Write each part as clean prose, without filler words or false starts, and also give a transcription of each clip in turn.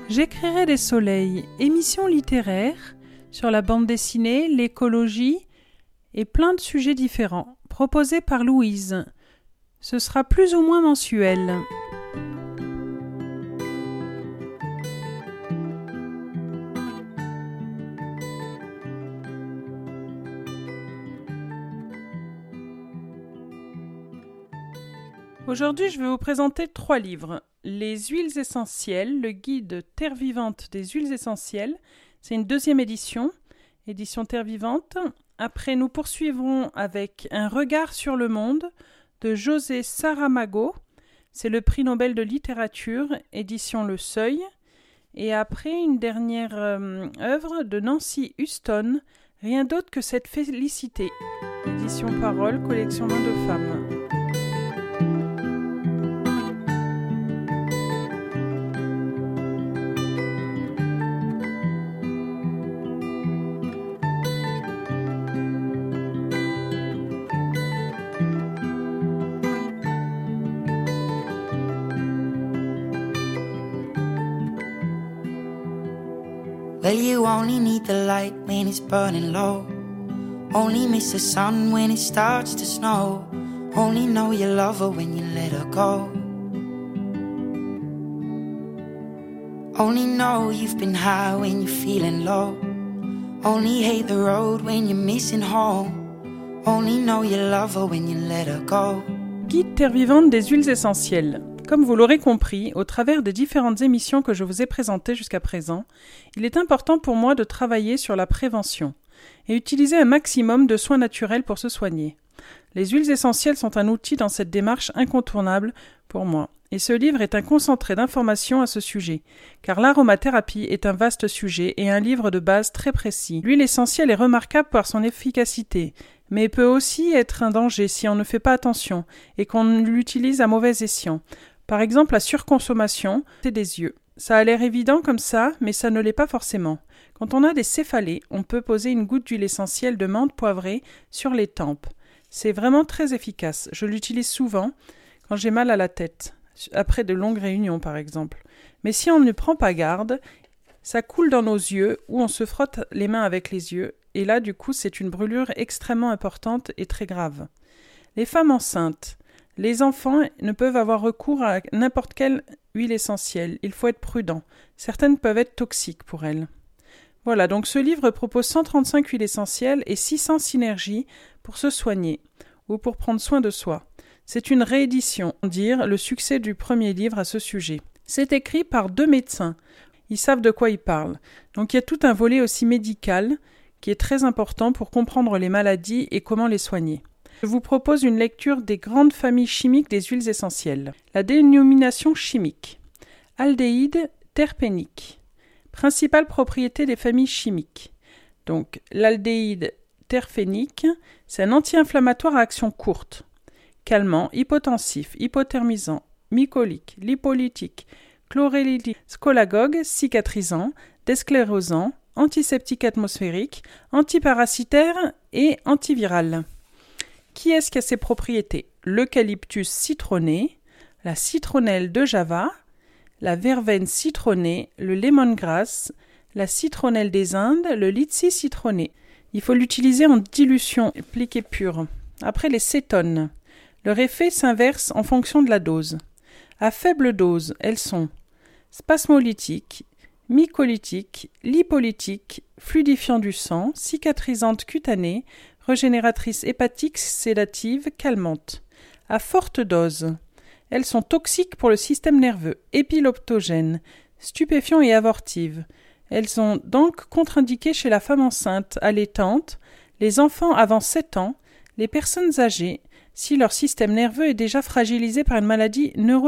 J'écrirai des soleils, émissions littéraires sur la bande dessinée, l'écologie et plein de sujets différents, proposés par Louise. Ce sera plus ou moins mensuel. Aujourd'hui, je vais vous présenter 3 livres. Les huiles essentielles, le guide Terre vivante des huiles essentielles. C'est une 2e édition Terre vivante. Après, nous poursuivrons avec Un regard sur le monde de José Saramago. C'est le prix Nobel de littérature, édition Le Seuil. Et après, une dernière œuvre de Nancy Huston, Rien d'autre que cette félicité. Édition Parole, collection Mains de femmes. Well, you only need the light when it's burning low. Only miss the sun when it starts to snow. Only know you love her when you let her go. Only know you've been high when you're feeling low. Only hate the road when you're missing home. Only know you love her when you let her go. Guide Terre vivante des huiles essentielles. Comme vous l'aurez compris, au travers des différentes émissions que je vous ai présentées jusqu'à présent, il est important pour moi de travailler sur la prévention et utiliser un maximum de soins naturels pour se soigner. Les huiles essentielles sont un outil dans cette démarche incontournable pour moi. Et ce livre est un concentré d'informations à ce sujet, car l'aromathérapie est un vaste sujet et un livre de base très précis. L'huile essentielle est remarquable par son efficacité, mais peut aussi être un danger si on ne fait pas attention et qu'on l'utilise à mauvais escient. Par exemple, la surconsommation, c'est des yeux. Ça a l'air évident comme ça, mais ça ne l'est pas forcément. Quand on a des céphalées, on peut poser une goutte d'huile essentielle de menthe poivrée sur les tempes. C'est vraiment très efficace. Je l'utilise souvent quand j'ai mal à la tête, après de longues réunions par exemple. Mais si on ne prend pas garde, ça coule dans nos yeux ou on se frotte les mains avec les yeux. Et là, du coup, c'est une brûlure extrêmement importante et très grave. Les femmes enceintes, les enfants ne peuvent avoir recours à n'importe quelle huile essentielle. Il faut être prudent. Certaines peuvent être toxiques pour elles. Voilà, donc ce livre propose 135 huiles essentielles et 600 synergies pour se soigner ou pour prendre soin de soi. C'est une réédition, dire le succès du premier livre à ce sujet. C'est écrit par 2 médecins. Ils savent de quoi ils parlent. Donc il y a tout un volet aussi médical qui est très important pour comprendre les maladies et comment les soigner. Je vous propose une lecture des grandes familles chimiques des huiles essentielles. La dénomination chimique. Aldéhyde terpénique. Principale propriété des familles chimiques. Donc l'aldéhyde terpénique, c'est un anti-inflammatoire à action courte. Calmant, hypotensif, hypothermisant, mycolique, lipolytique, chlorélytique, scolagogue, cicatrisant, désclérosant, antiseptique atmosphérique, antiparasitaire et antiviral. Qui est-ce qui a ces propriétés ? L'eucalyptus citronné, la citronnelle de Java, la verveine citronnée, le lemongrass, la citronnelle des Indes, le litchi citronné. Il faut l'utiliser en dilution appliquée pure. Après, les cétones. Leur effet s'inverse en fonction de la dose. À faible dose, elles sont spasmolytiques, mycolytiques, lipolytiques, fluidifiant du sang, cicatrisantes cutanées, régénératrices hépatiques, sédatives, calmantes. À forte dose, elles sont toxiques pour le système nerveux, épileptogènes, stupéfiants et abortives. Elles sont donc contre-indiquées chez la femme enceinte, allaitante, les enfants avant 7 ans, les personnes âgées, si leur système nerveux est déjà fragilisé par une maladie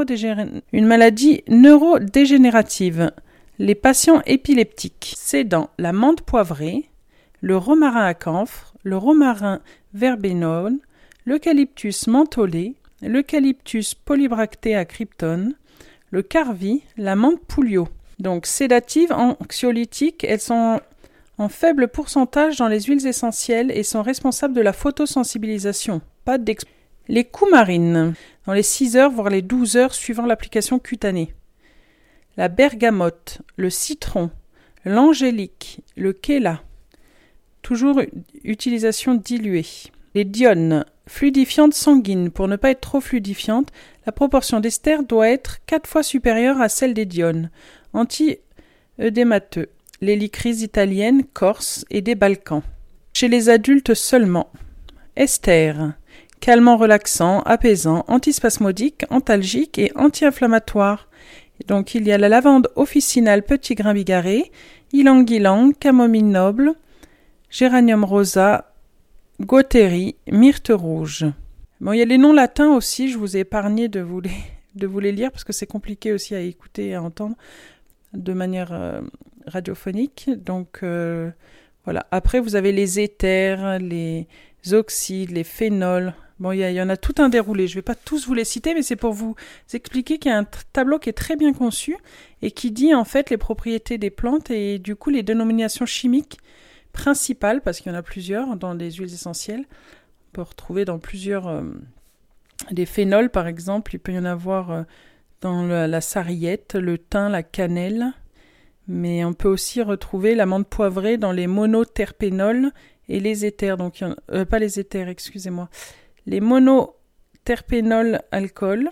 neurodégénérative, les patients épileptiques. C'est dans la menthe poivrée, le romarin à camphre, le romarin verbenone, l'eucalyptus mentholé, l'eucalyptus polybracté à kryptone, le carvi, la menthe pouliot. Donc sédatives, anxiolytiques, elles sont en faible pourcentage dans les huiles essentielles et sont responsables de la photosensibilisation. Les coumarines, dans les 6 heures voire les 12 heures suivant l'application cutanée. la bergamote, le citron, l'angélique, le kéla. Toujours utilisation diluée. Les diones, fluidifiantes sanguines. Pour ne pas être trop fluidifiante, la proportion d'ester doit être 4 fois supérieure à celle des diones. Anti-œdémateux. Les licrises italiennes, corses et des Balkans. Chez les adultes seulement. Ester, calmant relaxant, apaisant, antispasmodique, antalgique et anti-inflammatoire. Donc il y a la lavande officinale petit grain bigarré, ylang-ylang, camomille noble, géranium rosa, gauthérie, myrte rouge. Bon, il y a les noms latins aussi, je vous ai épargné de vous les lire parce que c'est compliqué aussi à écouter et à entendre de manière radiophonique. Donc voilà. Après, vous avez les éthers, les oxydes, les phénols. Bon, il y en a tout un déroulé. Je ne vais pas tous vous les citer, mais c'est pour vous expliquer qu'il y a un tableau qui est très bien conçu et qui dit en fait les propriétés des plantes et du coup les dénominations chimiques principales, parce qu'il y en a plusieurs dans les huiles essentielles. On peut retrouver dans plusieurs... des phénols, par exemple, il peut y en avoir dans la sarriette, le thym, la cannelle. Mais on peut aussi retrouver l'amande poivrée dans les monoterpénols et les éthers. Donc, pas les éthers, excusez-moi. Les monoterpénols alcool.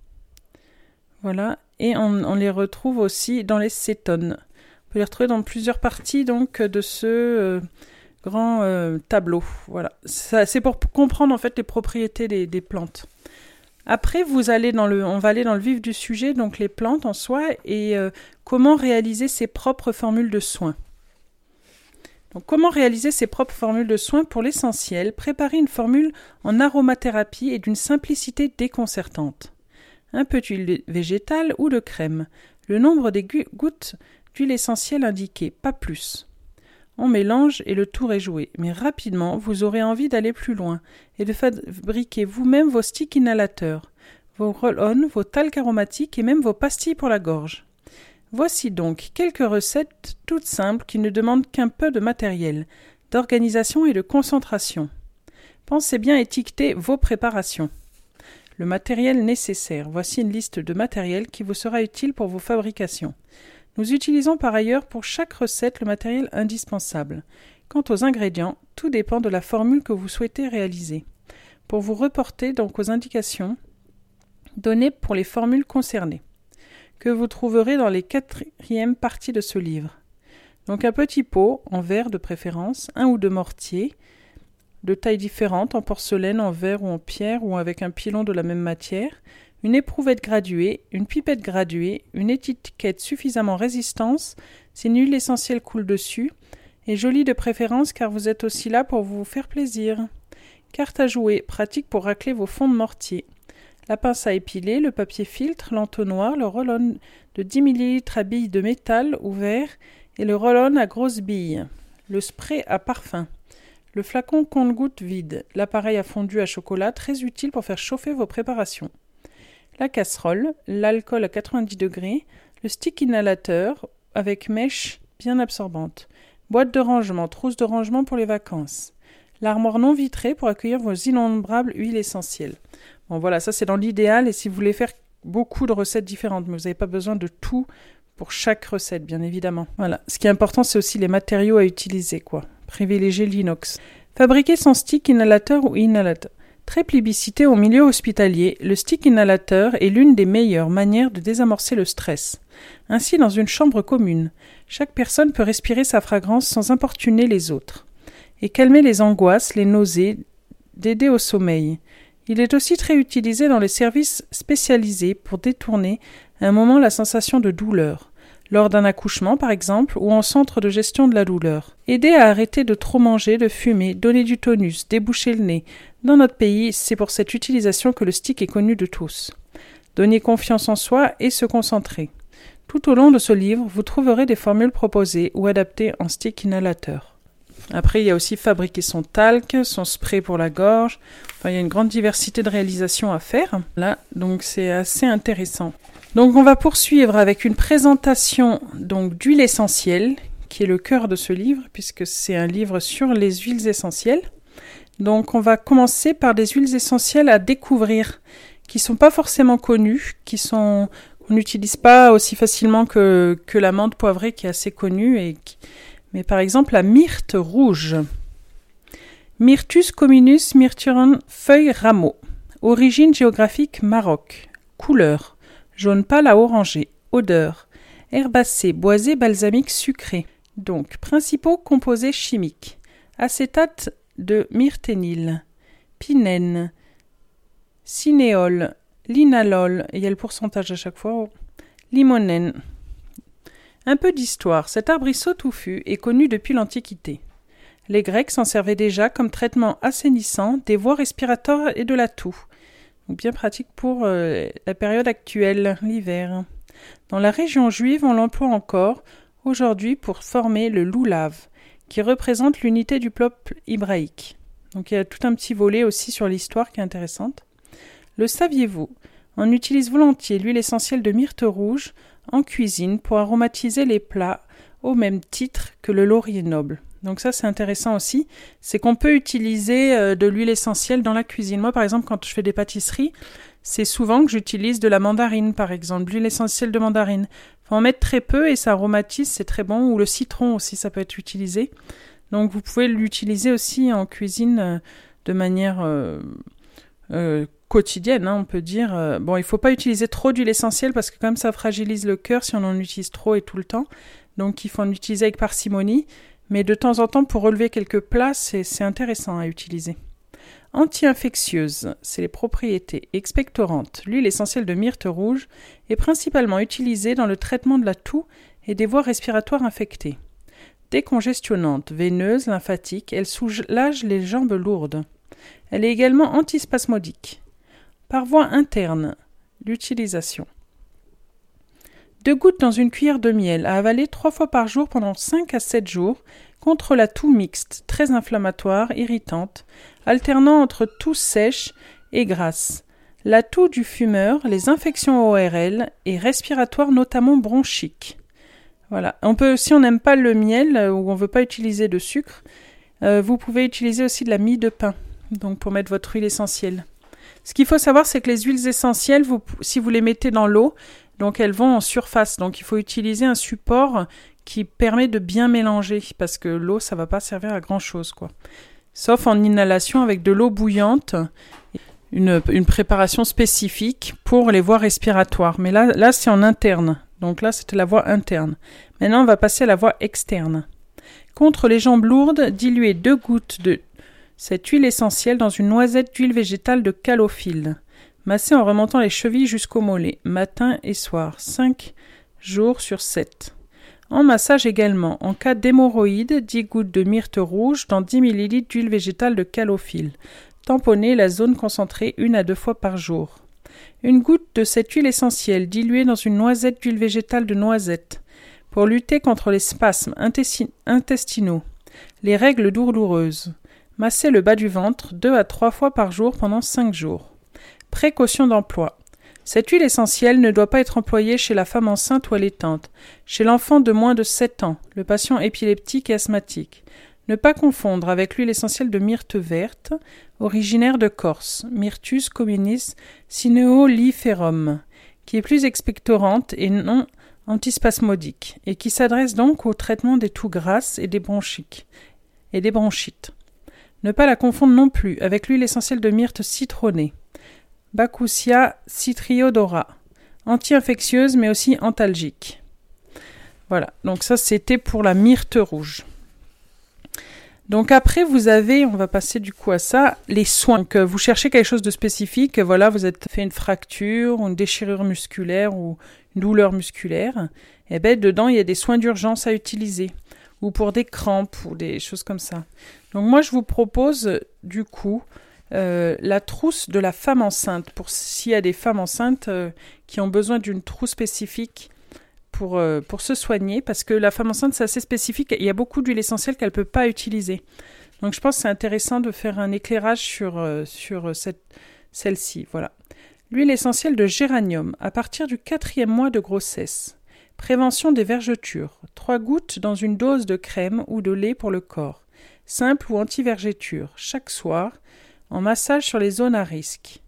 Voilà. Et on les retrouve aussi dans les cétones. On peut les retrouver dans plusieurs parties donc, de ce grand tableau. Voilà. Ça, c'est pour comprendre en fait les propriétés des plantes. Après, on va aller dans le vif du sujet, donc les plantes en soi, et comment réaliser ses propres formules de soins. Donc, comment réaliser ses propres formules de soins pour l'essentiel? Préparer une formule en aromathérapie est d'une simplicité déconcertante. Un peu d'huile végétale ou de crème. Le nombre des gouttes d'huile essentielle indiqué, pas plus. On mélange et le tour est joué, mais rapidement, vous aurez envie d'aller plus loin et de fabriquer vous-même vos sticks inhalateurs, vos roll-on, vos talcs aromatiques et même vos pastilles pour la gorge. Voici donc quelques recettes toutes simples qui ne demandent qu'un peu de matériel, d'organisation et de concentration. Pensez bien étiqueter vos préparations. Le matériel nécessaire. Voici une liste de matériel qui vous sera utile pour vos fabrications. Nous utilisons par ailleurs pour chaque recette le matériel indispensable. Quant aux ingrédients, tout dépend de la formule que vous souhaitez réaliser. Pour vous reporter donc aux indications données pour les formules concernées, que vous trouverez dans les 4e parties de ce livre. Donc un petit pot, en verre de préférence, 1 ou 2 mortiers, de tailles différentes, en porcelaine, en verre ou en pierre, ou avec un pilon de la même matière, une éprouvette graduée, une pipette graduée, une étiquette suffisamment résistante si une huile essentielle coule dessus, et jolie de préférence car vous êtes aussi là pour vous faire plaisir. Carte à jouer, pratique pour racler vos fonds de mortier. La pince à épiler, le papier filtre, l'entonnoir, le roll-on de 10 ml à billes de métal ou verre et le roll-on à grosses billes. Le spray à parfum. Le flacon compte-gouttes vide. L'appareil à fondu à chocolat, très utile pour faire chauffer vos préparations. La casserole, l'alcool à 90 degrés, le stick inhalateur avec mèche bien absorbante. Boîte de rangement, trousse de rangement pour les vacances. L'armoire non vitrée pour accueillir vos innombrables huiles essentielles. Bon voilà, ça c'est dans l'idéal et si vous voulez faire beaucoup de recettes différentes, mais vous n'avez pas besoin de tout pour chaque recette, bien évidemment. Voilà, ce qui est important, c'est aussi les matériaux à utiliser, quoi. Privilégier l'inox. Fabriquer son stick inhalateur ou inhalateur. Très plébiscité au milieu hospitalier, le stick inhalateur est l'une des meilleures manières de désamorcer le stress. Ainsi, dans une chambre commune, chaque personne peut respirer sa fragrance sans importuner les autres et calmer les angoisses, les nausées, d'aider au sommeil. Il est aussi très utilisé dans les services spécialisés pour détourner à un moment la sensation de douleur, lors d'un accouchement par exemple, ou en centre de gestion de la douleur. Aider à arrêter de trop manger, de fumer, donner du tonus, déboucher le nez. Dans notre pays, c'est pour cette utilisation que le stick est connu de tous. Donner confiance en soi et se concentrer. Tout au long de ce livre, vous trouverez des formules proposées ou adaptées en stick inhalateur. Après, il y a aussi fabriquer son talc, son spray pour la gorge. Enfin, il y a une grande diversité de réalisations à faire. Là, donc c'est assez intéressant. Donc on va poursuivre avec une présentation donc d'huile essentielle, qui est le cœur de ce livre, puisque c'est un livre sur les huiles essentielles. Donc on va commencer par des huiles essentielles à découvrir, qui ne sont pas forcément connues, qu'on On n'utilise pas aussi facilement que la menthe poivrée qui est assez connue, mais par exemple la myrte rouge. Myrtus communis myrturon, feuille rameau. Origine géographique Maroc. Couleur jaune pâle à orangé. Odeur herbacée, boisée, balsamique, sucrée. Donc, principaux composés chimiques. Acétate de myrténil, pinène, cinéole, linalol, il y a le pourcentage à chaque fois, limonène. Un peu d'histoire. Cet arbrisseau touffu est connu depuis l'Antiquité. Les Grecs s'en servaient déjà comme traitement assainissant des voies respiratoires et de la toux. Donc bien pratique pour la période actuelle, l'hiver. Dans la région juive, on l'emploie encore aujourd'hui pour former le loulav, qui représente l'unité du peuple hébraïque. Donc il y a tout un petit volet aussi sur l'histoire qui est intéressante. Le saviez-vous ? On utilise volontiers l'huile essentielle de myrte rouge en cuisine pour aromatiser les plats au même titre que le laurier noble. Donc ça c'est intéressant aussi, c'est qu'on peut utiliser de l'huile essentielle dans la cuisine. Moi par exemple quand je fais des pâtisseries, c'est souvent que j'utilise de la mandarine par exemple, l'huile essentielle de mandarine. Faut en mettre très peu et ça aromatise, c'est très bon. Ou le citron aussi ça peut être utilisé. Donc vous pouvez l'utiliser aussi en cuisine de manière quotidienne, on peut dire. Bon, il ne faut pas utiliser trop d'huile essentielle parce que quand même ça fragilise le cœur si on en utilise trop et tout le temps. Donc il faut en utiliser avec parcimonie. Mais de temps en temps, pour relever quelques plats, c'est intéressant à utiliser. Anti-infectieuse, c'est les propriétés expectorantes. L'huile essentielle de myrte rouge est principalement utilisée dans le traitement de la toux et des voies respiratoires infectées. Décongestionnante, veineuse, lymphatique, elle soulage les jambes lourdes. Elle est également antispasmodique. Par voie interne, l'utilisation. 2 gouttes dans une cuillère de miel à avaler 3 fois par jour pendant 5 à 7 jours contre la toux mixte, très inflammatoire, irritante, alternant entre toux sèche et grasse. La toux du fumeur, les infections ORL et respiratoires notamment bronchiques. Voilà. On peut, si on n'aime pas le miel ou on ne veut pas utiliser de sucre, vous pouvez utiliser aussi de la mie de pain, donc pour mettre votre huile essentielle. Ce qu'il faut savoir, c'est que les huiles essentielles, si vous les mettez dans l'eau, donc elles vont en surface. Donc il faut utiliser un support qui permet de bien mélanger parce que l'eau, ça ne va pas servir à grand-chose, quoi. Sauf en inhalation avec de l'eau bouillante, une préparation spécifique pour les voies respiratoires. Mais là c'est en interne. Donc là, c'était la voie interne. Maintenant, on va passer à la voie externe. Contre les jambes lourdes, diluez 2 gouttes de cette huile essentielle dans une noisette d'huile végétale de calophylle. Massez en remontant les chevilles jusqu'au mollet, matin et soir, 5 jours sur 7. En massage également, en cas d'hémorroïdes, 10 gouttes de myrte rouge dans 10 ml d'huile végétale de calophylle. Tamponnez la zone concentrée 1 à 2 fois par jour. Une goutte de cette huile essentielle diluée dans une noisette d'huile végétale de noisette pour lutter contre les spasmes intestinaux, les règles douloureuses. Massez le bas du ventre 2 à 3 fois par jour pendant 5 jours. Précaution d'emploi. Cette huile essentielle ne doit pas être employée chez la femme enceinte ou allaitante, chez l'enfant de moins de 7 ans, le patient épileptique et asthmatique. Ne pas confondre avec l'huile essentielle de myrte verte, originaire de Corse, Myrtus communis cineoliferum, qui est plus expectorante et non antispasmodique, et qui s'adresse donc au traitement des toux grasses et des bronchites. Ne pas la confondre non plus avec l'huile essentielle de myrte citronnée, Bacchussia citriodora, anti-infectieuse mais aussi antalgique. Voilà, donc ça c'était pour la myrte rouge. Donc après vous avez, on va passer du coup à ça, les soins. Donc vous cherchez quelque chose de spécifique, voilà, vous êtes fait une fracture, ou une déchirure musculaire ou une douleur musculaire, et bien dedans il y a des soins d'urgence à utiliser, ou pour des crampes ou des choses comme ça. Donc moi je vous propose du coup la trousse de la femme enceinte, pour s'il y a des femmes enceintes qui ont besoin d'une trousse spécifique pour se soigner, parce que la femme enceinte c'est assez spécifique, il y a beaucoup d'huile essentielle qu'elle ne peut pas utiliser. Donc je pense que c'est intéressant de faire un éclairage sur celle-ci. Voilà. L'huile essentielle de géranium, à partir du 4e mois de grossesse. Prévention des vergetures. 3 gouttes dans une dose de crème ou de lait pour le corps. Simple ou anti-vergeture, chaque soir, en massage sur les zones à risque.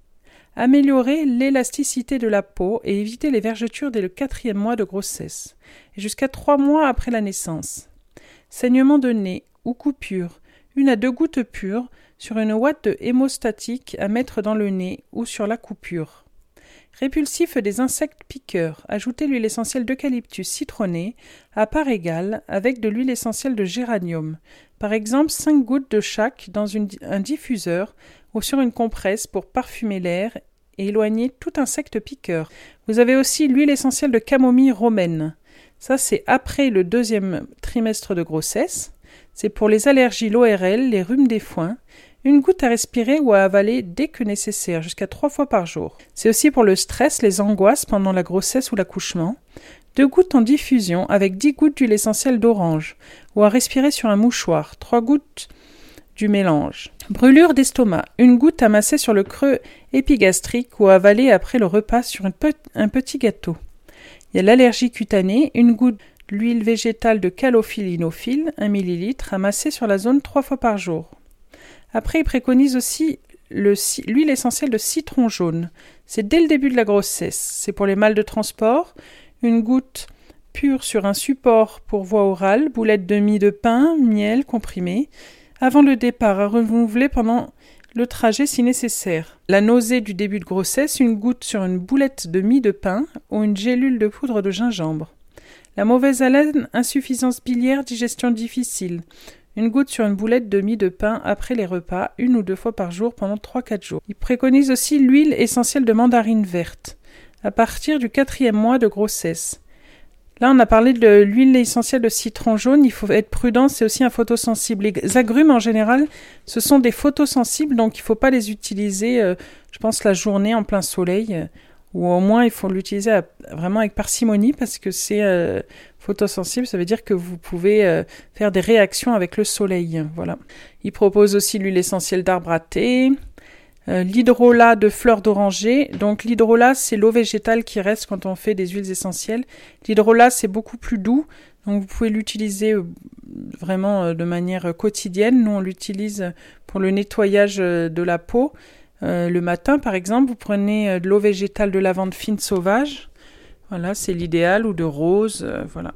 Améliorer l'élasticité de la peau et éviter les vergetures dès le 4e mois de grossesse et jusqu'à 3 mois après la naissance. Saignement de nez ou coupure, 1 à 2 gouttes pures sur une ouate de hémostatique à mettre dans le nez ou sur la coupure. Répulsif des insectes piqueurs, ajoutez l'huile essentielle d'eucalyptus citronné à part égale avec de l'huile essentielle de géranium. Par exemple, 5 gouttes de chaque dans un diffuseur ou sur une compresse pour parfumer l'air et éloigner tout insecte piqueur. Vous avez aussi l'huile essentielle de camomille romaine. Ça, c'est après le 2e trimestre de grossesse. C'est pour les allergies, l'ORL, les rhumes des foins. 1 goutte à respirer ou à avaler dès que nécessaire, jusqu'à 3 fois par jour. C'est aussi pour le stress, les angoisses pendant la grossesse ou l'accouchement. 2 gouttes en diffusion avec 10 gouttes d'huile essentielle d'orange ou à respirer sur un mouchoir, 3 gouttes du mélange. Brûlure d'estomac, 1 goutte à masser sur le creux épigastrique ou à avaler après le repas sur un petit gâteau. Il y a l'allergie cutanée, 1 goutte d'huile végétale de calophylle-inophile, 1 ml, à masser sur la zone 3 fois par jour. Après, il préconise aussi l'huile essentielle de citron jaune. C'est dès le début de la grossesse. C'est pour les mâles de transport. 1 goutte pure sur un support pour voie orale, boulette de mie de pain, miel comprimé. Avant le départ, à renouveler pendant le trajet si nécessaire. La nausée du début de grossesse, 1 goutte sur une boulette de mie de pain ou une gélule de poudre de gingembre. La mauvaise haleine, insuffisance biliaire, digestion difficile. 1 goutte sur une boulette de mie de pain après les repas, 1 ou 2 fois par jour pendant 3-4 jours. Il préconise aussi l'huile essentielle de mandarine verte, à partir du 4e mois de grossesse. Là, on a parlé de l'huile essentielle de citron jaune, il faut être prudent, c'est aussi un photosensible. Les agrumes, en général, ce sont des photosensibles, donc il ne faut pas les utiliser, je pense, la journée en plein soleil, ou au moins il faut l'utiliser vraiment avec parcimonie, parce que c'est photosensible, ça veut dire que vous pouvez faire des réactions avec le soleil. Voilà. Il propose aussi l'huile essentielle d'arbre à thé, l'hydrolat de fleurs d'oranger. Donc l'hydrolat, c'est l'eau végétale qui reste quand on fait des huiles essentielles. L'hydrolat, c'est beaucoup plus doux, donc vous pouvez l'utiliser vraiment de manière quotidienne. Nous, on l'utilise pour le nettoyage de la peau. Le matin, par exemple, vous prenez de l'eau végétale de lavande fine sauvage. Voilà, c'est l'idéal, ou de rose, voilà.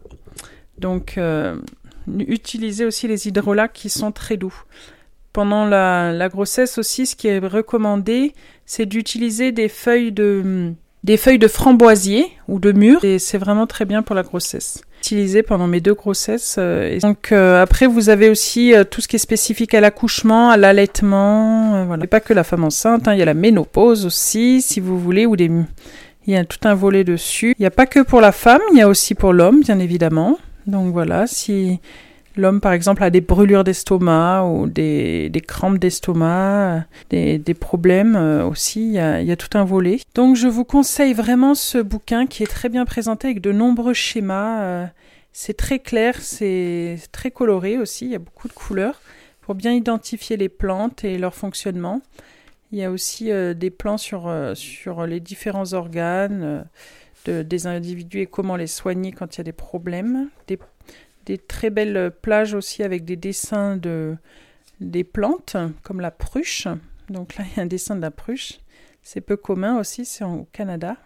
Donc, utilisez aussi les hydrolats qui sont très doux. Pendant la grossesse aussi, ce qui est recommandé, c'est d'utiliser des feuilles de framboisier ou de mûre, et c'est vraiment très bien pour la grossesse. Utilisé pendant mes 2 grossesses. Et donc après, vous avez aussi tout ce qui est spécifique à l'accouchement, à l'allaitement. Voilà. Et pas que la femme enceinte, il y a la ménopause aussi, si vous voulez, il y a tout un volet dessus. Il n'y a pas que pour la femme, il y a aussi pour l'homme, bien évidemment. Donc voilà, si l'homme, par exemple, a des brûlures d'estomac ou des crampes d'estomac, des problèmes aussi, il y a tout un volet. Donc, je vous conseille vraiment ce bouquin qui est très bien présenté avec de nombreux schémas. C'est très clair, c'est très coloré aussi, il y a beaucoup de couleurs pour bien identifier les plantes et leur fonctionnement. Il y a aussi des plans sur les différents organes des individus et comment les soigner quand il y a des problèmes. Des très belles plages aussi avec des dessins des plantes, comme la pruche. Donc là, il y a un dessin de la pruche. C'est peu commun aussi, c'est au Canada.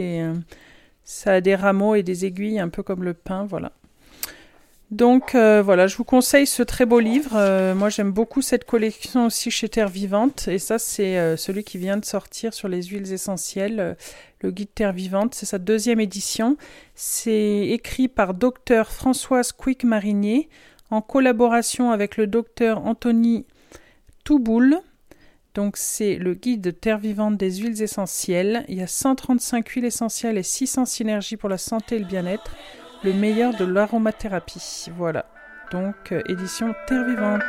Ça a des rameaux et des aiguilles, un peu comme le pin, voilà. Donc voilà, je vous conseille ce très beau livre. Moi, j'aime beaucoup cette collection aussi chez Terre Vivante. Et ça, c'est celui qui vient de sortir sur les huiles essentielles, le guide Terre Vivante. C'est sa 2e édition. C'est écrit par Dr Françoise Quick-Marinier en collaboration avec le Dr Anthony Touboul. Donc, c'est le guide Terre Vivante des huiles essentielles. Il y a 135 huiles essentielles et 600 synergies pour la santé et le bien-être. Le meilleur de l'aromathérapie. Voilà. Donc, édition Terre Vivante.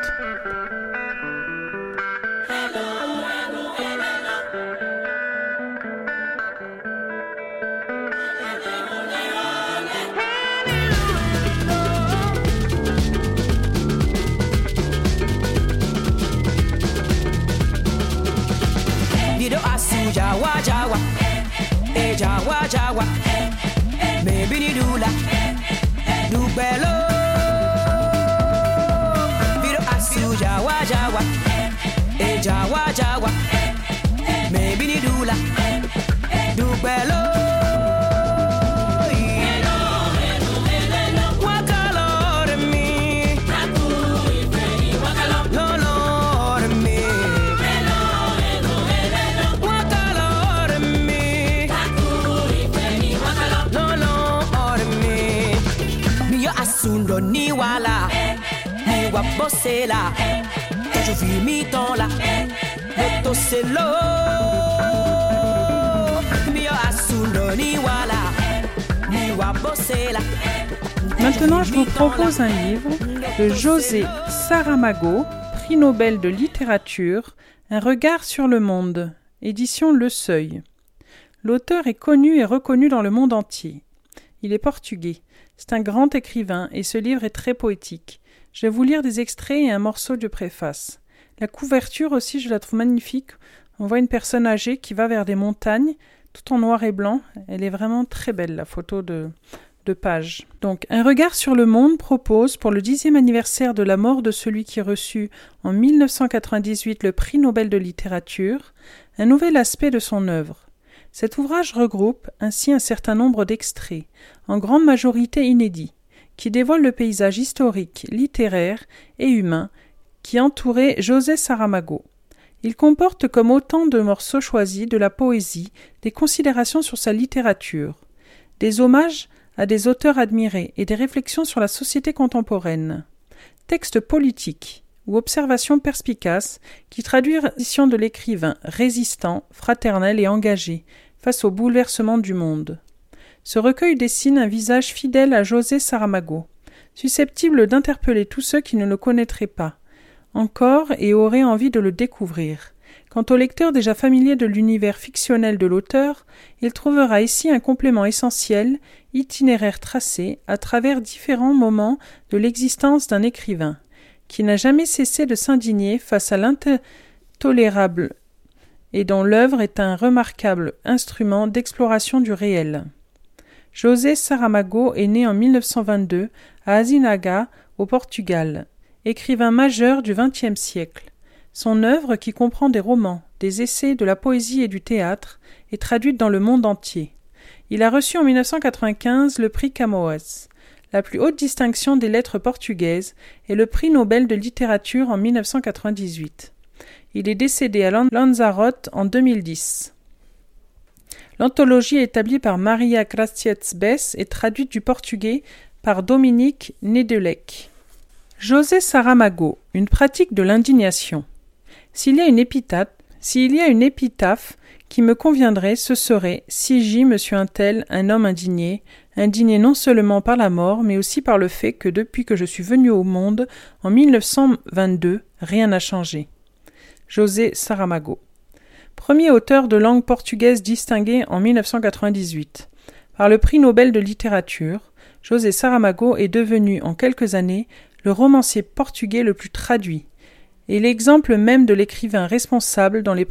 Jawa Jawa, Jawa Jawa, maybe ni dula, du bello. Viro asu Jawa Jawa, Jawa Jawa, maybe ni dula. asundo ni wala ni wabosela je vis mi temps là moto selo mi asundo ni wala ni wabosela. Maintenant, je vous propose un livre de José Saramago, prix Nobel de littérature, Un regard sur le monde, édition Le Seuil. L'auteur est connu et reconnu dans le monde entier. Il est portugais. C'est un grand écrivain et ce livre est très poétique. Je vais vous lire des extraits et un morceau de préface. La couverture aussi, je la trouve magnifique. On voit une personne âgée qui va vers des montagnes, tout en noir et blanc. Elle est vraiment très belle, la photo de page. Donc, Un regard sur le monde propose, pour le 10e anniversaire de la mort de celui qui reçut en 1998 le prix Nobel de littérature, un nouvel aspect de son œuvre. Cet ouvrage regroupe ainsi un certain nombre d'extraits, en grande majorité inédits, qui dévoilent le paysage historique, littéraire et humain qui entourait José Saramago. Il comporte comme autant de morceaux choisis de la poésie, des considérations sur sa littérature, des hommages à des auteurs admirés et des réflexions sur la société contemporaine. Textes politiques ou observations perspicaces qui traduisent la position de l'écrivain résistant, fraternel et engagé face au bouleversement du monde. Ce recueil dessine un visage fidèle à José Saramago, susceptible d'interpeller tous ceux qui ne le connaîtraient pas encore et auraient envie de le découvrir. Quant au lecteur déjà familier de l'univers fictionnel de l'auteur, il trouvera ici un complément essentiel, itinéraire tracé à travers différents moments de l'existence d'un écrivain, qui n'a jamais cessé de s'indigner face à l'intolérable et dont l'œuvre est un remarquable instrument d'exploration du réel. José Saramago est né en 1922 à Azinaga, au Portugal, écrivain majeur du XXe siècle. Son œuvre, qui comprend des romans, des essais, de la poésie et du théâtre, est traduite dans le monde entier. Il a reçu en 1995 le prix Camões, la plus haute distinction des lettres portugaises, et le prix Nobel de littérature en 1998. Il est décédé à Lanzarote en 2010. L'anthologie établie par Maria Gracietz Bess est traduite du portugais par Dominique Nedelec. José Saramago, une pratique de l'indignation. S'il y a une épitaphe qui me conviendrait, ce serait « Si J. Monsieur Untel, un homme indigné non seulement par la mort, mais aussi par le fait que depuis que je suis venu au monde, en 1922, rien n'a changé. » José Saramago. Premier auteur de langue portugaise distingué en 1998. Par le prix Nobel de littérature, José Saramago est devenu, en quelques années, le romancier portugais le plus traduit, et l'exemple même de l'écrivain responsable dans les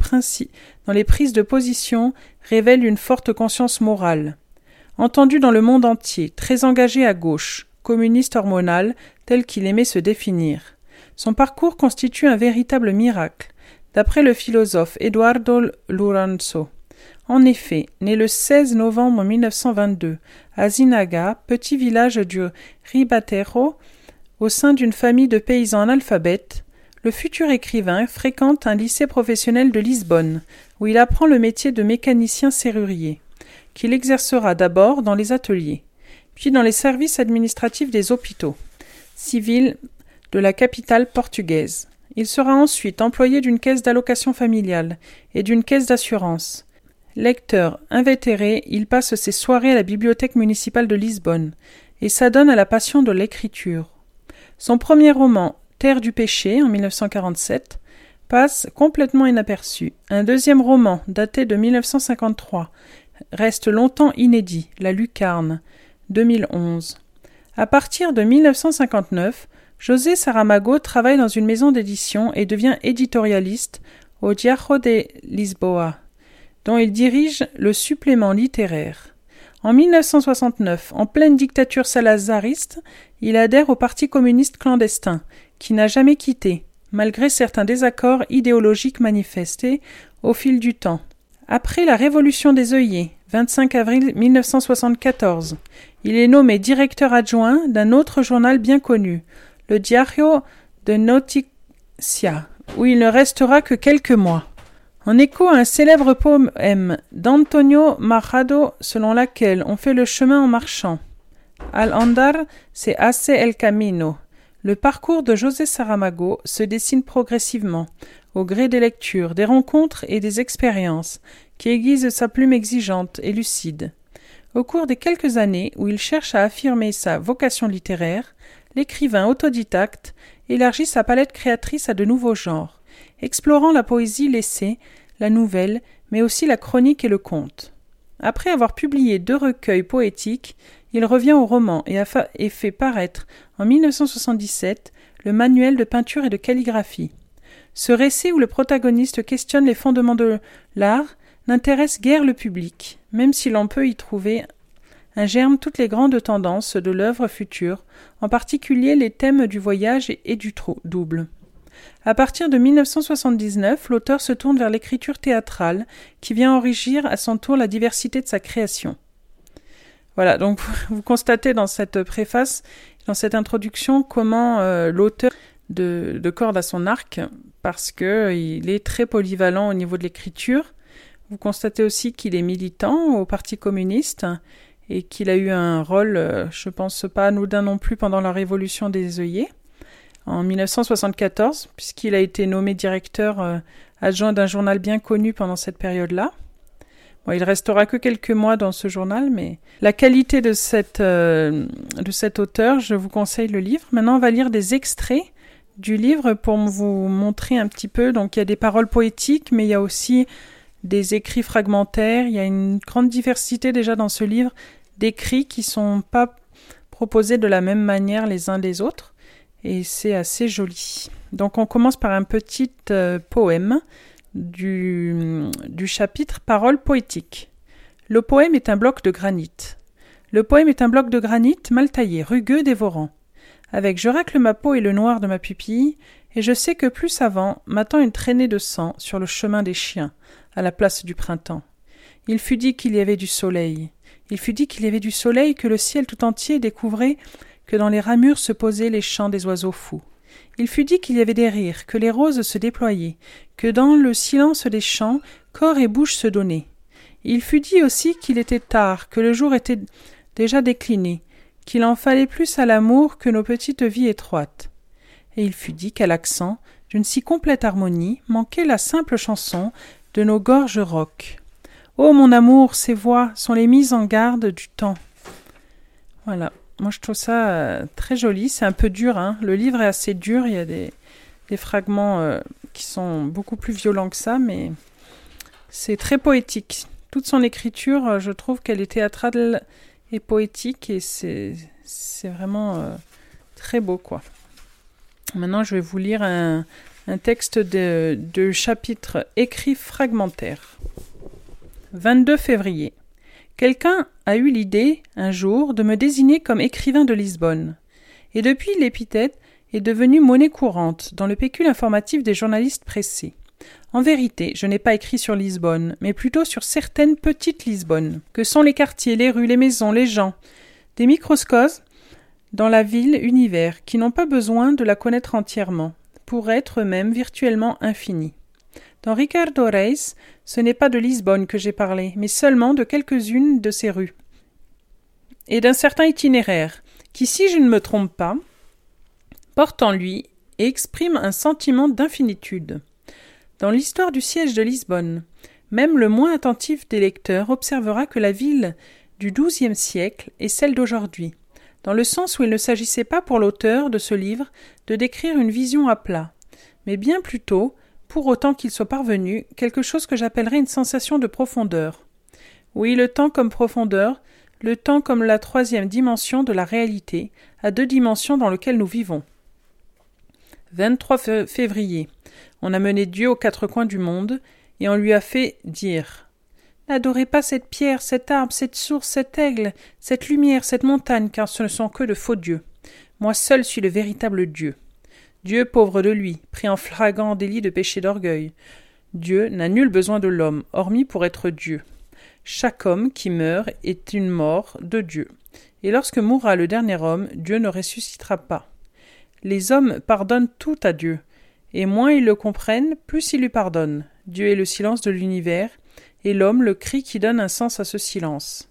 prises de position révèle une forte conscience morale. Entendu dans le monde entier, très engagé à gauche, communiste hormonal, tel qu'il aimait se définir. Son parcours constitue un véritable miracle, d'après le philosophe Eduardo Lourenço. En effet, né le 16 novembre 1922 à Zinaga, petit village du Ribatejo, au sein d'une famille de paysans analphabètes, le futur écrivain fréquente un lycée professionnel de Lisbonne, où il apprend le métier de mécanicien serrurier, qu'il exercera d'abord dans les ateliers, puis dans les services administratifs des hôpitaux civils de la capitale portugaise. Il sera ensuite employé d'une caisse d'allocation familiale et d'une caisse d'assurance. Lecteur invétéré, il passe ses soirées à la bibliothèque municipale de Lisbonne et s'adonne à la passion de l'écriture. Son premier roman, Terre du péché, en 1947, passe complètement inaperçu. Un deuxième roman, daté de 1953, reste longtemps inédit, La Lucarne, 2011. À partir de 1959, José Saramago travaille dans une maison d'édition et devient éditorialiste au Diário de Lisboa, dont il dirige le supplément littéraire. En 1969, en pleine dictature salazariste, il adhère au Parti communiste clandestin, qui n'a jamais quitté, malgré certains désaccords idéologiques manifestés au fil du temps. Après la Révolution des œillets, 25 avril 1974, il est nommé directeur adjoint d'un autre journal bien connu, le Diário de Notícia, où il ne restera que quelques mois. En écho à un célèbre poème d'Antonio Machado selon laquelle on fait le chemin en marchant. Al andar se hace el camino. Le parcours de José Saramago se dessine progressivement, au gré des lectures, des rencontres et des expériences, qui aiguisent sa plume exigeante et lucide. Au cours des quelques années où il cherche à affirmer sa vocation littéraire, l'écrivain autodidacte élargit sa palette créatrice à de nouveaux genres, explorant la poésie l'essai, la nouvelle, mais aussi la chronique et le conte. Après avoir publié 2 recueils poétiques, il revient au roman et fait paraître en 1977 le manuel de peinture et de calligraphie. Ce récit où le protagoniste questionne les fondements de l'art n'intéresse guère le public, même si l'on peut y trouver un germe toutes les grandes tendances de l'œuvre future, en particulier les thèmes du voyage et du double. À partir de 1979, l'auteur se tourne vers l'écriture théâtrale, qui vient enrichir à son tour la diversité de sa création. Voilà, donc vous constatez dans cette préface, dans cette introduction, comment l'auteur de corde à son arc, parce qu'il est très polyvalent au niveau de l'écriture. Vous constatez aussi qu'il est militant au Parti communiste et qu'il a eu un rôle, je pense pas anodin non plus, pendant la Révolution des œillets, en 1974, puisqu'il a été nommé directeur adjoint d'un journal bien connu pendant cette période-là. Bon, il restera que quelques mois dans ce journal, mais la qualité de cet auteur, je vous conseille le livre. Maintenant, on va lire des extraits du livre pour vous montrer un petit peu. Donc, il y a des paroles poétiques, mais il y a aussi des écrits fragmentaires. Il y a une grande diversité déjà dans ce livre d'écrits qui sont pas proposés de la même manière les uns des autres. Et c'est assez joli. Donc, on commence par un petit poème du chapitre Paroles poétiques. Le poème est un bloc de granit. Le poème est un bloc de granit mal taillé, rugueux, dévorant. Avec je racle ma peau et le noir de ma pupille, et je sais que plus avant m'attend une traînée de sang sur le chemin des chiens, à la place du printemps. Il fut dit qu'il y avait du soleil. Il fut dit qu'il y avait du soleil, que le ciel tout entier découvrait que dans les ramures se posaient les chants des oiseaux fous. Il fut dit qu'il y avait des rires, que les roses se déployaient, que dans le silence des champs, corps et bouche se donnaient. Il fut dit aussi qu'il était tard, que le jour était déjà décliné, qu'il en fallait plus à l'amour que nos petites vies étroites. Et il fut dit qu'à l'accent d'une si complète harmonie manquait la simple chanson de nos gorges rauques. Ô mon amour, ces voix sont les mises en garde du temps. Voilà. Moi, je trouve ça très joli. C'est un peu dur, hein. Le livre est assez dur. Il y a des fragments qui sont beaucoup plus violents que ça, mais c'est très poétique. Toute son écriture, je trouve qu'elle est théâtrale et poétique, et c'est vraiment très beau, quoi. Maintenant, je vais vous lire un texte de chapitre écrit fragmentaire. 22 février. Quelqu'un a eu l'idée, un jour, de me désigner comme écrivain de Lisbonne. Et depuis, l'épithète est devenue monnaie courante dans le pécule informatif des journalistes pressés. En vérité, je n'ai pas écrit sur Lisbonne, mais plutôt sur certaines petites Lisbonnes, que sont les quartiers, les rues, les maisons, les gens, des microcosmes dans la ville univers, qui n'ont pas besoin de la connaître entièrement, pour être eux-mêmes virtuellement infinis. Dans Ricardo Reis, ce n'est pas de Lisbonne que j'ai parlé, mais seulement de quelques-unes de ses rues, et d'un certain itinéraire, qui, si je ne me trompe pas, porte en lui et exprime un sentiment d'infinitude. Dans l'histoire du siège de Lisbonne, même le moins attentif des lecteurs observera que la ville du XIIe siècle est celle d'aujourd'hui, dans le sens où il ne s'agissait pas pour l'auteur de ce livre de décrire une vision à plat, mais bien plutôt, pour autant qu'il soit parvenu, quelque chose que j'appellerais une sensation de profondeur. Oui, le temps comme profondeur, le temps comme la troisième dimension de la réalité, à 2 dimensions dans lesquelles nous vivons. 23 février. On a mené Dieu aux 4 coins du monde, et on lui a fait dire « N'adorez pas cette pierre, cet arbre, cette source, cet aigle, cette lumière, cette montagne, car ce ne sont que de faux dieux. Moi seul suis le véritable Dieu. » Dieu, pauvre de lui, pris en flagrant délit de péché d'orgueil. Dieu n'a nul besoin de l'homme, hormis pour être Dieu. Chaque homme qui meurt est une mort de Dieu. Et lorsque mourra le dernier homme, Dieu ne ressuscitera pas. Les hommes pardonnent tout à Dieu, et moins ils le comprennent, plus ils lui pardonnent. Dieu est le silence de l'univers, et l'homme le cri qui donne un sens à ce silence.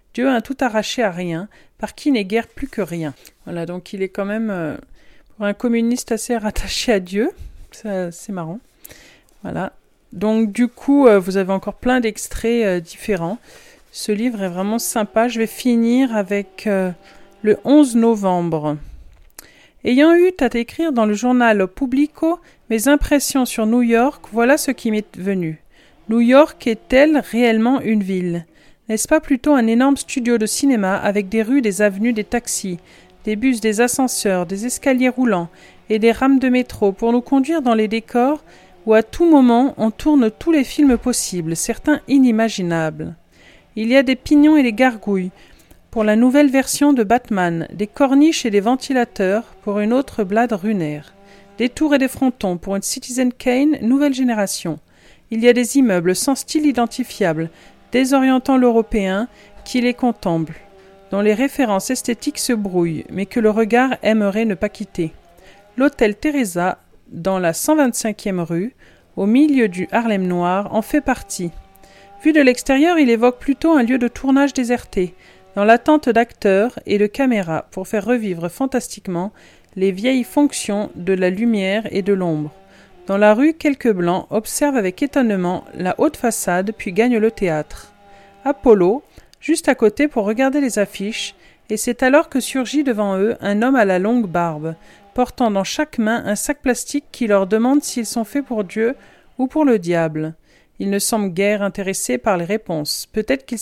Dieu a tout arraché à rien, par qui n'est guère plus que rien. Voilà, donc il est quand même, pour un communiste, assez rattaché à Dieu. Ça, c'est marrant. Voilà. Donc du coup, vous avez encore plein d'extraits différents. Ce livre est vraiment sympa. Je vais finir avec le 11 novembre. Ayant eu à écrire dans le journal Publico mes impressions sur New York, voilà ce qui m'est venu. New York est-elle réellement une ville ? N'est-ce pas plutôt un énorme studio de cinéma avec des rues, des avenues, des taxis, des bus, des ascenseurs, des escaliers roulants et des rames de métro pour nous conduire dans les décors où à tout moment on tourne tous les films possibles, certains inimaginables. Il y a des pignons et des gargouilles pour la nouvelle version de Batman, des corniches et des ventilateurs pour une autre Blade Runner, des tours et des frontons pour une Citizen Kane nouvelle génération. Il y a des immeubles sans style identifiable, désorientant l'Européen qui les contemple, dont les références esthétiques se brouillent, mais que le regard aimerait ne pas quitter. L'hôtel Teresa, dans la 125e rue, au milieu du Harlem noir, en fait partie. Vu de l'extérieur, il évoque plutôt un lieu de tournage déserté, dans l'attente d'acteurs et de caméras pour faire revivre fantastiquement les vieilles fonctions de la lumière et de l'ombre. Dans la rue, quelques blancs observent avec étonnement la haute façade puis gagnent le théâtre. Apollo, juste à côté pour regarder les affiches, et c'est alors que surgit devant eux un homme à la longue barbe, portant dans chaque main un sac plastique qui leur demande s'ils sont faits pour Dieu ou pour le diable. Il ne semble guère intéressé par les réponses. Peut-être qu'il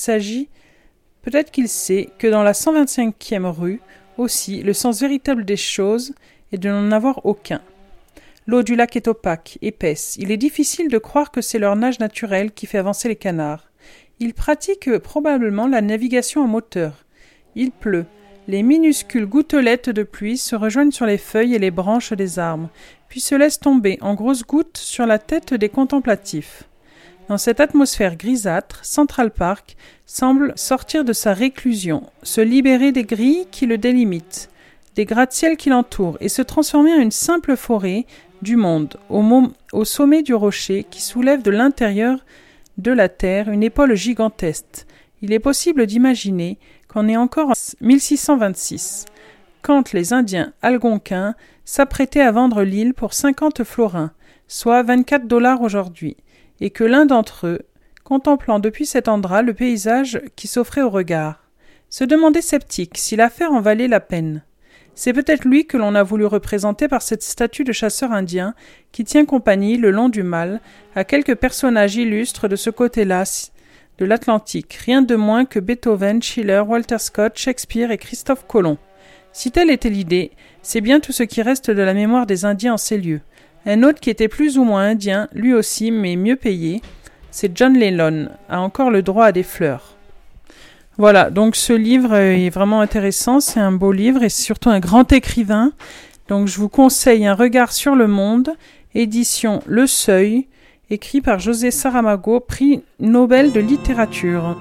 sait que dans la 125e rue, aussi, le sens véritable des choses est de n'en avoir aucun. L'eau du lac est opaque, épaisse. Il est difficile de croire que c'est leur nage naturel qui fait avancer les canards. Ils pratiquent probablement la navigation à moteur. Il pleut. Les minuscules gouttelettes de pluie se rejoignent sur les feuilles et les branches des arbres, puis se laissent tomber en grosses gouttes sur la tête des contemplatifs. Dans cette atmosphère grisâtre, Central Park semble sortir de sa réclusion, se libérer des grilles qui le délimitent, des gratte-ciels qui l'entourent, et se transformer en une simple forêt du monde, au sommet du rocher qui soulève de l'intérieur de la terre une épaule gigantesque. Il est possible d'imaginer qu'on est encore en 1626, quand les Indiens algonquins s'apprêtaient à vendre l'île pour 50 florins, soit 24 $ aujourd'hui, et que l'un d'entre eux, contemplant depuis cet endroit le paysage qui s'offrait au regard, se demandait sceptique si l'affaire en valait la peine. C'est peut-être lui que l'on a voulu représenter par cette statue de chasseur indien qui tient compagnie le long du Mâle à quelques personnages illustres de ce côté-là de l'Atlantique, rien de moins que Beethoven, Schiller, Walter Scott, Shakespeare et Christophe Colomb. Si telle était l'idée, c'est bien tout ce qui reste de la mémoire des Indiens en ces lieux. Un autre qui était plus ou moins indien, lui aussi, mais mieux payé, c'est John Lennon, a encore le droit à des fleurs. Voilà, donc ce livre est vraiment intéressant, c'est un beau livre et c'est surtout un grand écrivain. Donc je vous conseille Un regard sur le monde, édition Le Seuil, écrit par José Saramago, prix Nobel de littérature.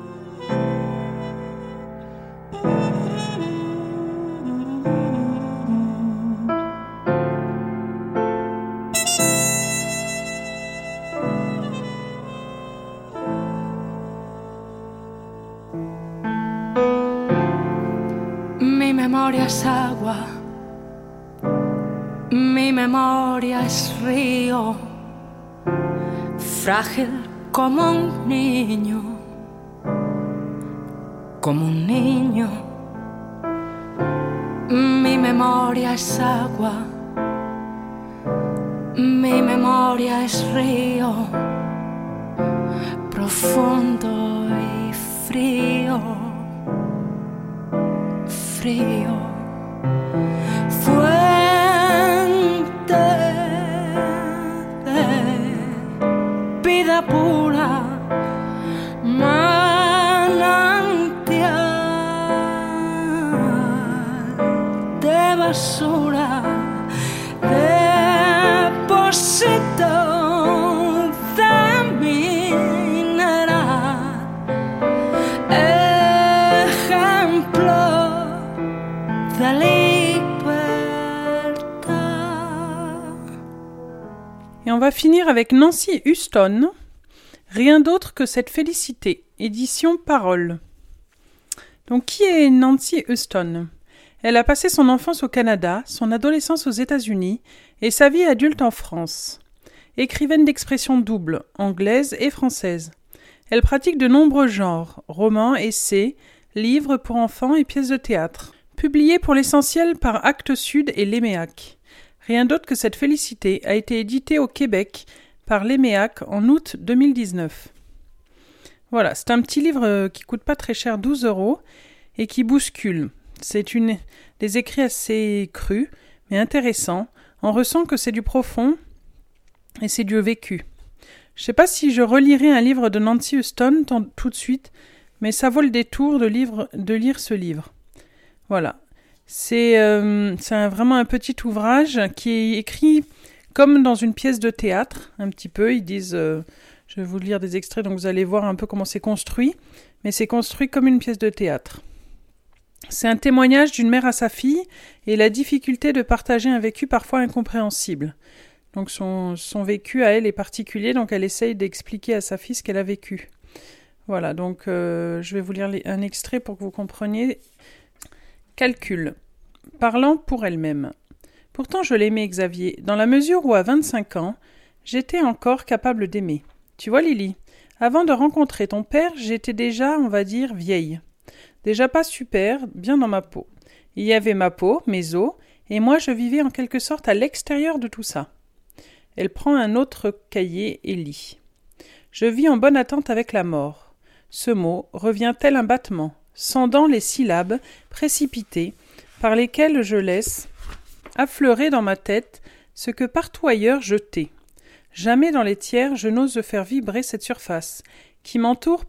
Mi memoria es agua, mi memoria es río, frágil como un niño, como un niño. Mi memoria es agua, mi memoria es río, profundo y frío. Frío, fuente de vida pura, manantial de basura, depósito de mineral, ejemplo de libertad. Et on va finir avec Nancy Huston, Rien d'autre que cette félicité, édition Parole. Donc, qui est Nancy Huston ? Elle a passé son enfance au Canada, son adolescence aux États-Unis et sa vie adulte en France. Écrivaine d'expression double, anglaise et française. Elle pratique de nombreux genres, romans, essais, livres pour enfants et pièces de théâtre. Publiée pour l'essentiel par Actes Sud et l'Éméac. Rien d'autre que cette félicité a été éditée au Québec par l'Éméac en août 2019. Voilà, c'est un petit livre qui coûte pas très cher, 12 € et qui bouscule. C'est des écrits assez crus, mais intéressants. On ressent que c'est du profond et c'est du vécu. Je ne sais pas si je relirai un livre de Nancy Huston tout de suite, mais ça vaut le détour de lire ce livre. Voilà. C'est vraiment un petit ouvrage qui est écrit comme dans une pièce de théâtre, un petit peu. Ils disent, je vais vous lire des extraits, donc vous allez voir un peu comment c'est construit, mais c'est construit comme une pièce de théâtre. C'est un témoignage d'une mère à sa fille et la difficulté de partager un vécu parfois incompréhensible. Donc son vécu à elle est particulier, donc elle essaye d'expliquer à sa fille ce qu'elle a vécu. Voilà, donc je vais vous lire un extrait pour que vous compreniez. Calcul. Parlant pour elle-même. Pourtant je l'aimais, Xavier, dans la mesure où à 25 ans, j'étais encore capable d'aimer. Tu vois, Lily, avant de rencontrer ton père, j'étais déjà, on va dire, vieille. Déjà pas super, bien dans ma peau. Il y avait ma peau, mes os, et moi je vivais en quelque sorte à l'extérieur de tout ça. Elle prend un autre cahier et lit. Je vis en bonne attente avec la mort. Ce mot revient tel un battement, scandant les syllabes précipitées par lesquelles je laisse affleurer dans ma tête ce que partout ailleurs je tais. Jamais dans les tiers je n'ose faire vibrer cette surface qui m'entoure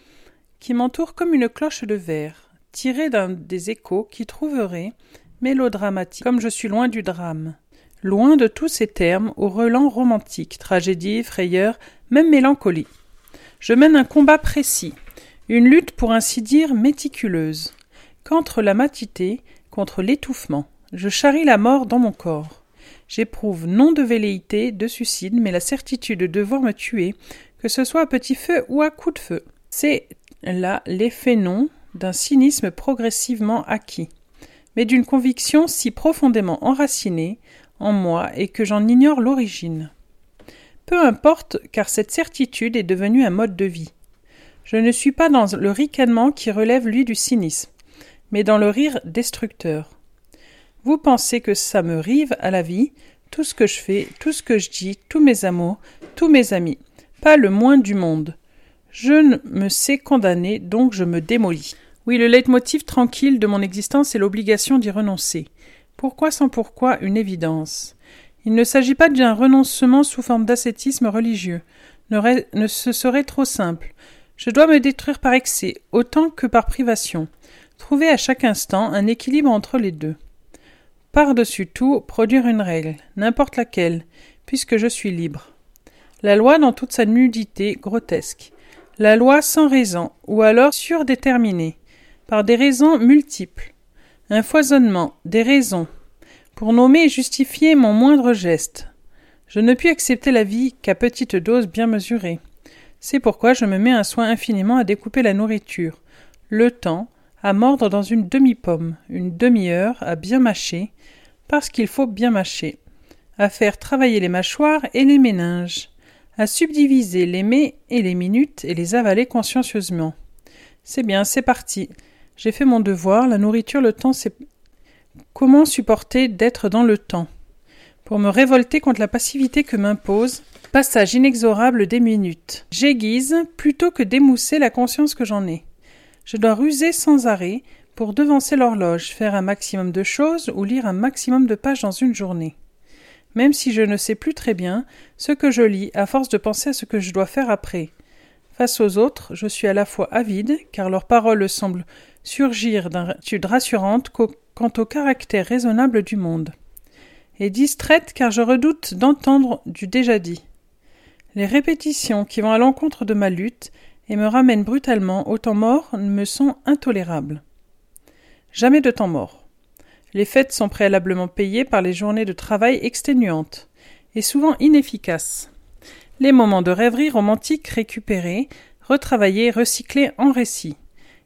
comme une cloche de verre, tirée des échos qui trouveraient mélodramatique, comme je suis loin du drame. Loin de tous ces termes au relent romantique, tragédie, frayeur, même mélancolie. Je mène un combat précis, une lutte pour ainsi dire méticuleuse, qu'entre la matité, contre l'étouffement. Je charrie la mort dans mon corps. J'éprouve non de velléité, de suicide, mais la certitude de devoir me tuer, que ce soit à petit feu ou à coup de feu. C'est là l'effet non d'un cynisme progressivement acquis, mais d'une conviction si profondément enracinée en moi et que j'en ignore l'origine. Peu importe, car cette certitude est devenue un mode de vie. Je ne suis pas dans le ricanement qui relève, lui, du cynisme, mais dans le rire destructeur. Vous pensez que ça me rive à la vie, tout ce que je fais, tout ce que je dis, tous mes amours, tous mes amis, pas le moins du monde. Je ne me sais condamner, donc je me démolis. Oui, le leitmotiv tranquille de mon existence est l'obligation d'y renoncer. Pourquoi sans pourquoi, une évidence. Il ne s'agit pas d'un renoncement sous forme d'ascétisme religieux. Ce serait trop simple. Je dois me détruire par excès, autant que par privation. Trouver à chaque instant un équilibre entre les deux. Par-dessus tout, produire une règle, n'importe laquelle, puisque je suis libre. La loi dans toute sa nudité grotesque. La loi sans raison, ou alors surdéterminée, par des raisons multiples. Un foisonnement, des raisons, pour nommer et justifier mon moindre geste. Je ne puis accepter la vie qu'à petite dose bien mesurée. C'est pourquoi je me mets un soin infiniment à découper la nourriture, le temps, à mordre dans une demi-pomme, une demi-heure, à bien mâcher, parce qu'il faut bien mâcher, à faire travailler les mâchoires et les méninges, à subdiviser les mets et les minutes et les avaler consciencieusement. C'est bien, c'est parti. J'ai fait mon devoir, la nourriture, le temps, c'est... Comment supporter d'être dans le temps? Pour me révolter contre la passivité que m'impose, passage inexorable des minutes. J'aiguise plutôt que d'émousser la conscience que j'en ai. Je dois ruser sans arrêt pour devancer l'horloge, faire un maximum de choses ou lire un maximum de pages dans une journée. Même si je ne sais plus très bien ce que je lis à force de penser à ce que je dois faire après. Face aux autres, je suis à la fois avide, car leurs paroles semblent surgir d'une attitude rassurante quant au caractère raisonnable du monde, et distraite car je redoute d'entendre du déjà dit. Les répétitions qui vont à l'encontre de ma lutte et me ramènent brutalement au temps mort me sont intolérables. Jamais de temps mort. Les fêtes sont préalablement payées par les journées de travail exténuantes et souvent inefficaces. Les moments de rêverie romantique récupérés, retravaillés, recyclés en récits.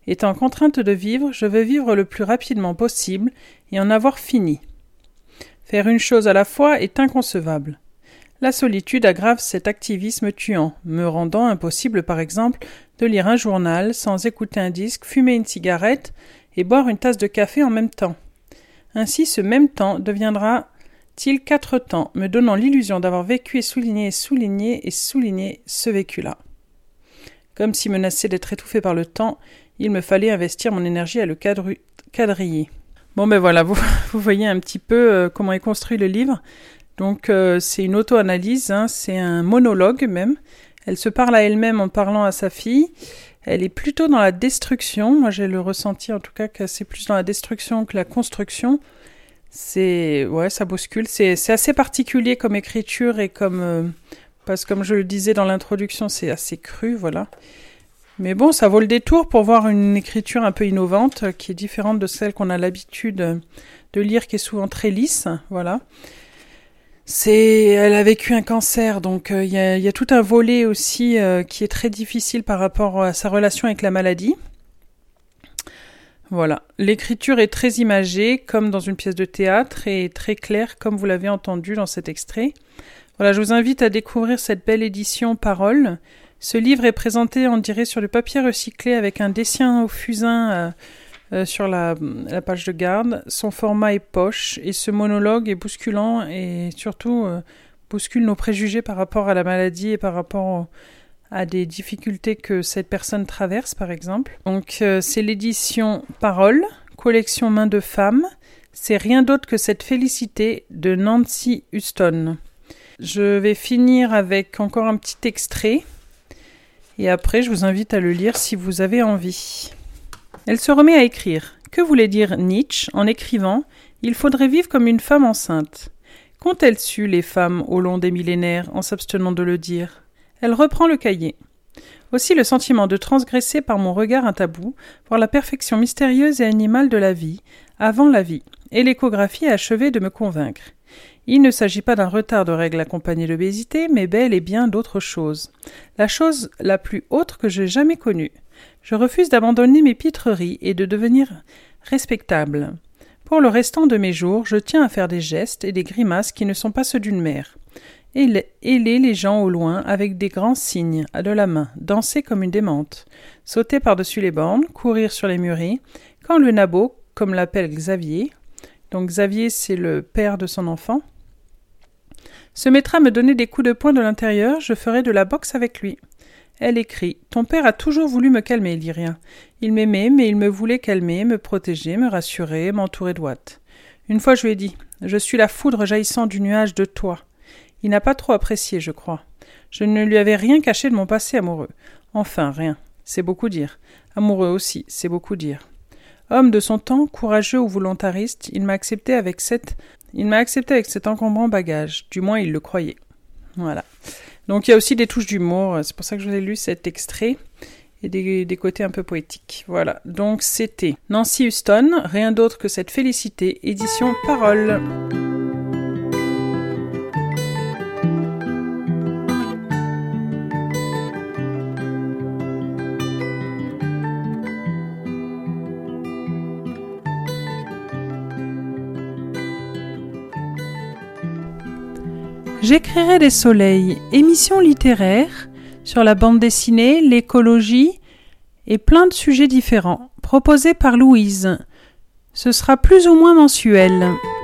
Étant contrainte de vivre, je veux vivre le plus rapidement possible et en avoir fini. Faire une chose à la fois est inconcevable. La solitude aggrave cet activisme tuant, me rendant impossible par exemple de lire un journal sans écouter un disque, fumer une cigarette et boire une tasse de café en même temps. Ainsi ce même temps deviendra-t-il 4 temps, me donnant l'illusion d'avoir vécu et souligné ce vécu-là. Comme si menacé d'être étouffé par le temps, il me fallait investir mon énergie à le quadriller. Bon ben voilà, vous voyez un petit peu comment est construit le livre. Donc c'est une auto-analyse, c'est un monologue même. Elle se parle à elle-même en parlant à sa fille. Elle est plutôt dans la destruction. Moi j'ai le ressenti en tout cas que c'est plus dans la destruction que la construction. Ça bouscule. C'est assez particulier comme écriture et parce que comme je le disais dans l'introduction, c'est assez cru, voilà. Mais bon, ça vaut le détour pour voir une écriture un peu innovante, qui est différente de celle qu'on a l'habitude de lire, qui est souvent très lisse, voilà. Elle a vécu un cancer, donc il y a tout un volet aussi qui est très difficile par rapport à sa relation avec la maladie. Voilà. L'écriture est très imagée, comme dans une pièce de théâtre, et très claire, comme vous l'avez entendu dans cet extrait. Voilà, je vous invite à découvrir cette belle édition Parole. Ce livre est présenté, on dirait, sur le papier recyclé avec un dessin au fusain sur la page de garde. Son format est poche et ce monologue est bousculant et surtout bouscule nos préjugés par rapport à la maladie et par rapport à des difficultés que cette personne traverse, par exemple. Donc, c'est l'édition Parole, collection Mains de femme. C'est rien d'autre que cette félicité de Nancy Huston. Je vais finir avec encore un petit extrait. Et après, je vous invite à le lire si vous avez envie. Elle se remet à écrire. Que voulait dire Nietzsche en écrivant « Il faudrait vivre comme une femme enceinte ». Qu'ont-elles su, les femmes, au long des millénaires, en s'abstenant de le dire ? Elle reprend le cahier. Aussi le sentiment de transgresser par mon regard un tabou, voir la perfection mystérieuse et animale de la vie, avant la vie, et l'échographie a achevé de me convaincre. Il ne s'agit pas d'un retard de règles accompagné d'obésité, mais bel et bien d'autre chose. La chose la plus haute que j'ai jamais connue. Je refuse d'abandonner mes pitreries et de devenir respectable. Pour le restant de mes jours, je tiens à faire des gestes et des grimaces qui ne sont pas ceux d'une mère. Héler les gens au loin avec des grands signes de la main, danser comme une démente, sauter par-dessus les bornes, courir sur les mûriers, quand le nabot, comme l'appelle Xavier, donc Xavier c'est le père de son enfant, se mettra à me donner des coups de poing de l'intérieur, je ferai de la boxe avec lui. Elle écrit « Ton père a toujours voulu me calmer, Lyria. Il m'aimait, mais il me voulait calmer, me protéger, me rassurer, m'entourer de ouates. Une fois je lui ai dit « Je suis la foudre jaillissant du nuage de toi. » Il n'a pas trop apprécié, je crois. Je ne lui avais rien caché de mon passé amoureux. Enfin, rien. C'est beaucoup dire. Amoureux aussi, c'est beaucoup dire. Homme de son temps, courageux ou volontariste, il m'a accepté avec cet encombrant bagage. Du moins, il le croyait. Voilà. Donc, il y a aussi des touches d'humour. C'est pour ça que je vous ai lu cet extrait. Et des côtés un peu poétiques. Voilà. Donc, c'était Nancy Huston. Rien d'autre que cette félicité. Édition Parole. J'écrirai des soleils, émissions littéraires sur la bande dessinée, l'écologie et plein de sujets différents, proposés par Louise. Ce sera plus ou moins mensuel.